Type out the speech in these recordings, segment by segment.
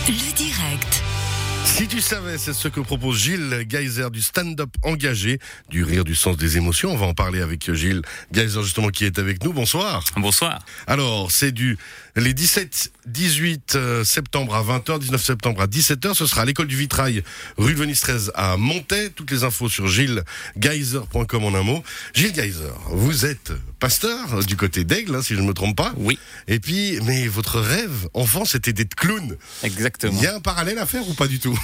Le direct. Si tu savais, c'est ce que propose Gilles Geiser du stand-up engagé, du rire, du sens des émotions. On va en parler avec Gilles Geiser justement qui est avec nous. Bonsoir. Bonsoir. Alors, c'est les 17, 18 septembre à 20h, 19 septembre à 17h. Ce sera à l'école du Vitrail, rue de Venise 13 à Montaix. Toutes les infos sur gilesgeiser.com en un mot. Gilles Geiser, vous êtes pasteur du côté d'Aigle, si je ne me trompe pas. Oui. Et puis, mais votre rêve enfant, c'était d'être clown. Exactement. Il y a un parallèle à faire ou pas du tout?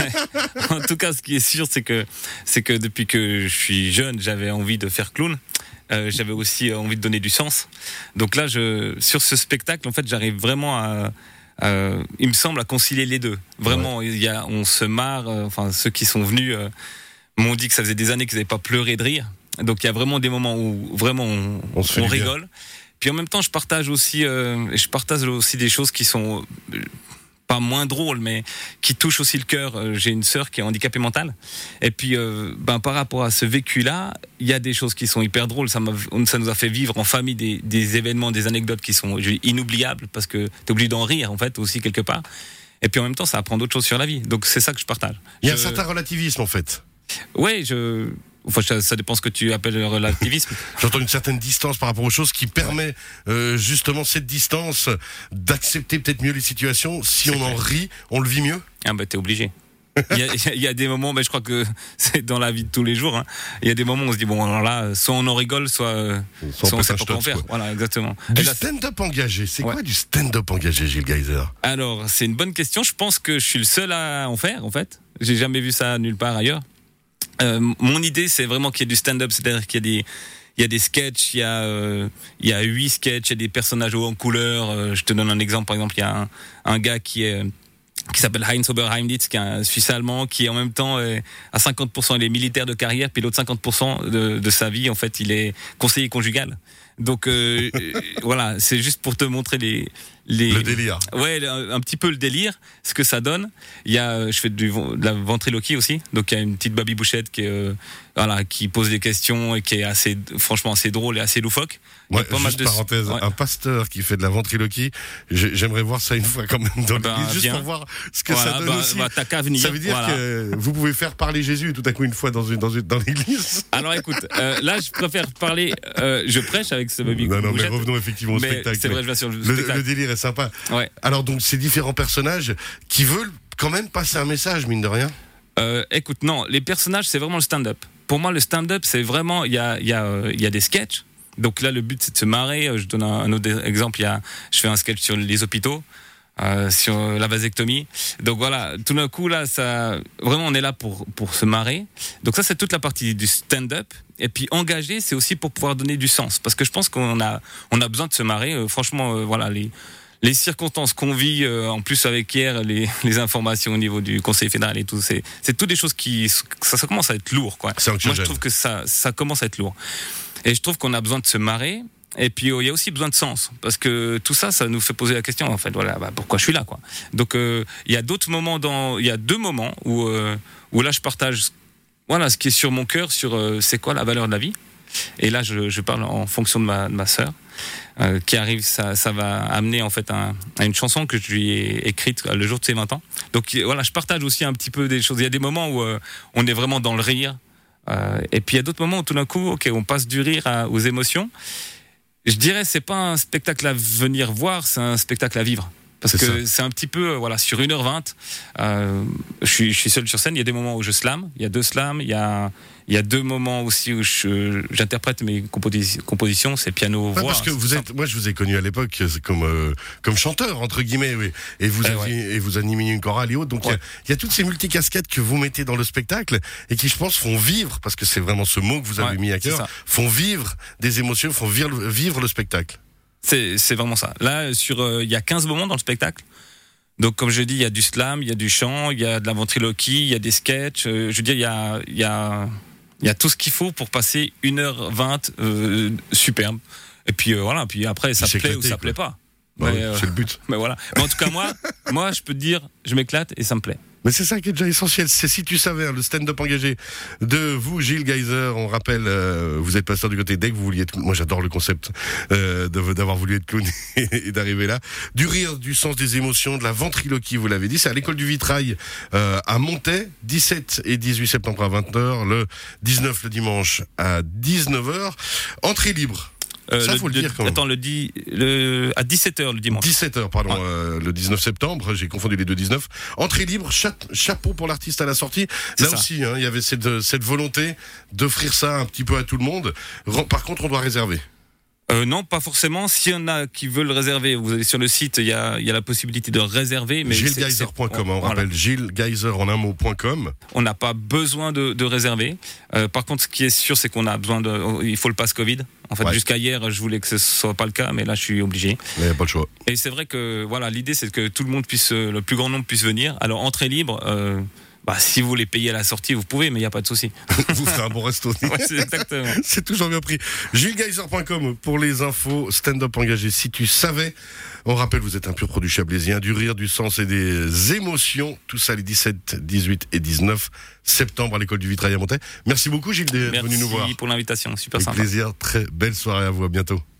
En tout cas, ce qui est sûr, c'est que depuis que je suis jeune, j'avais envie de faire clown. J'avais aussi envie de donner du sens. Donc là, sur ce spectacle, en fait, j'arrive vraiment il me semble, à concilier les deux. Vraiment, ouais. On se marre. Enfin, ceux qui sont venus m'ont dit que ça faisait des années qu'ils n'avaient pas pleuré de rire. Donc il y a vraiment des moments où vraiment on rigole. Bien. Puis en même temps, je partage aussi des choses qui sont pas moins drôles, mais qui touchent aussi le cœur. J'ai une sœur qui est handicapée mentale. Et puis, par rapport à ce vécu-là, il y a des choses qui sont hyper drôles. Ça nous a fait vivre en famille des événements, des anecdotes qui sont inoubliables, parce que t'es obligé d'en rire, en fait, aussi quelque part. Et puis en même temps, ça apprend d'autres choses sur la vie. Donc c'est ça que je partage. Il y a un certain relativisme, en fait. Ouais, Enfin, ça dépend ce que tu appelles le relativisme. J'entends une certaine distance par rapport aux choses qui permet justement cette distance d'accepter peut-être mieux les situations. Si on en rit, on le vit mieux. Ah bah t'es obligé. Il y a des moments, mais je crois que c'est dans la vie de tous les jours. Il y a des moments où on se dit bon alors là, soit on en rigole, soit on sait pas quoi en faire. Voilà, exactement. Du stand-up engagé, c'est quoi du stand-up engagé, Gilles Geiser? Alors c'est une bonne question. Je pense que je suis le seul à en faire en fait. J'ai jamais vu ça nulle part ailleurs. Mon idée, c'est vraiment qu'il y ait du stand-up, c'est-à-dire qu'il y a des sketchs, il y a 8 sketchs, il y a des personnages hauts en couleur. Je te donne un exemple, par exemple, il y a un gars qui s'appelle Heinz Oberheimlitz, qui est un Suisse allemand, qui est en même temps à 50%, il est militaire de carrière, puis l'autre 50% de sa vie, en fait, il est conseiller conjugal. Donc voilà, c'est juste pour te montrer le délire. Ouais, un petit peu le délire, ce que ça donne. Je fais de la ventriloquie aussi, donc il y a une petite Baby Bouchette qui pose des questions et qui est franchement assez drôle et assez loufoque. Ouais, juste parenthèse, un pasteur qui fait de la ventriloquie, j'aimerais voir ça une fois quand même dans l'église, juste pour voir ce que ça donne aussi. T'as qu'à venir. Ça veut dire que vous pouvez faire parler Jésus tout à coup une fois dans l'église. Alors écoute, là je préfère parler, je prêche avec ce Baby Bouchette. Non, mais revenons effectivement au spectacle. C'est vrai, je vais sur le spectacle. Le délire est sympa. Ouais. Alors donc ces différents personnages qui veulent quand même passer un message, mine de rien. Écoute, non, les personnages c'est vraiment le stand-up. Pour moi le stand-up c'est vraiment, il y a des sketchs. Donc là le but c'est de se marrer. Je donne un autre exemple, je fais un sketch sur les hôpitaux. Sur la vasectomie. Donc voilà, tout d'un coup là, vraiment on est là pour se marrer. Donc ça c'est toute la partie du stand-up. Et puis engagé, c'est aussi pour pouvoir donner du sens, parce que je pense qu'on a besoin de se marrer. Franchement, voilà les circonstances qu'on vit, en plus avec hier les informations au niveau du Conseil fédéral et tout, c'est toutes des choses ça commence à être lourd quoi. Moi je trouve que ça commence à être lourd. Et je trouve qu'on a besoin de se marrer. Et puis il y a aussi besoin de sens, parce que tout ça nous fait poser la question en fait, voilà, pourquoi je suis là quoi. Donc il y a deux moments où là je partage ce qui est sur mon cœur, sur c'est quoi la valeur de la vie. Et là je parle en fonction de ma sœur qui arrive, ça va amener en fait à une chanson que je lui ai écrite le jour de ses 20 ans. Donc voilà, je partage aussi un petit peu des choses. Il y a des moments où on est vraiment dans le rire, et puis il y a d'autres moments où tout d'un coup on passe du rire aux émotions. Je dirais c'est pas un spectacle à venir voir, c'est un spectacle à vivre. Parce que c'est un petit peu, sur 1h20, je suis seul sur scène. Il y a des moments où je slame, il y a 2 slams, il y a 2 moments aussi où j'interprète mes compositions, c'est piano, voix. Parce que moi je vous ai connu à l'époque comme chanteur, entre guillemets, oui. Et vous animez une chorale et autres. Donc il y a toutes ces multicasquettes que vous mettez dans le spectacle et qui, je pense, font vivre, parce que c'est vraiment ce mot que vous avez mis à cœur, font vivre des émotions, font vivre le spectacle. C'est vraiment ça. Là, il y a 15 moments dans le spectacle. Donc, comme je dis, il y a du slam, il y a du chant, il y a de la ventriloquie, il y a des sketchs. Je veux dire, il y a tout ce qu'il faut pour passer 1h20 superbe. Et puis voilà. Puis après, ça plaît ou ça plaît pas. Bah Mais, oui, c'est le but. Mais voilà. Mais en tout cas, moi, je peux te dire, je m'éclate et ça me plaît. Mais c'est ça qui est déjà essentiel. C'est si tu savais, le stand-up engagé de vous, Gilles Geyser. On rappelle, vous êtes passeur du côté dès que vous vouliez être clown. Moi, j'adore le concept d'avoir voulu être clown et d'arriver là. Du rire, du sens des émotions, de la ventriloquie, vous l'avez dit. C'est à l'école du Vitrail à Montaix, 17 et 18 septembre à 20h, le 19 le dimanche à 19h. Entrée libre. Ça, faut le dire quand même. Attends, à 17h le dimanche. 17h, pardon, le 19 septembre, j'ai confondu les deux 19. Entrée libre, chapeau pour l'artiste à la sortie. Là aussi, il y avait cette volonté d'offrir ça un petit peu à tout le monde. Par contre, on doit réserver. Non, pas forcément. S'il y en a qui veulent réserver, vous allez sur le site, il y a la possibilité de réserver. GilesGeyser.com, on rappelle GilesGeyser en un mot.com. On n'a pas besoin de réserver. Par contre, ce qui est sûr, c'est qu'on a besoin il faut le pass Covid. En fait, jusqu'à hier, je voulais que ce soit pas le cas, mais là, je suis obligé. Mais y a pas le choix. Et c'est vrai que, voilà, l'idée, c'est que tout le monde le plus grand nombre puisse venir. Alors, entrée libre, si vous voulez payer à la sortie, vous pouvez, mais il n'y a pas de souci. Vous ferez un bon resto. Ouais, c'est exactement. C'est toujours bien pris. GilesGeyser.com pour les infos stand-up engagé. Si tu savais, on rappelle, vous êtes un pur produit chablaisien, du rire, du sens et des émotions. Tout ça les 17, 18 et 19 septembre à l'école du Vitrail à Montaix. Merci beaucoup, Gilles, d'être venu nous voir. Merci pour l'invitation, super Avec sympa. plaisir, très belle soirée à vous, à bientôt.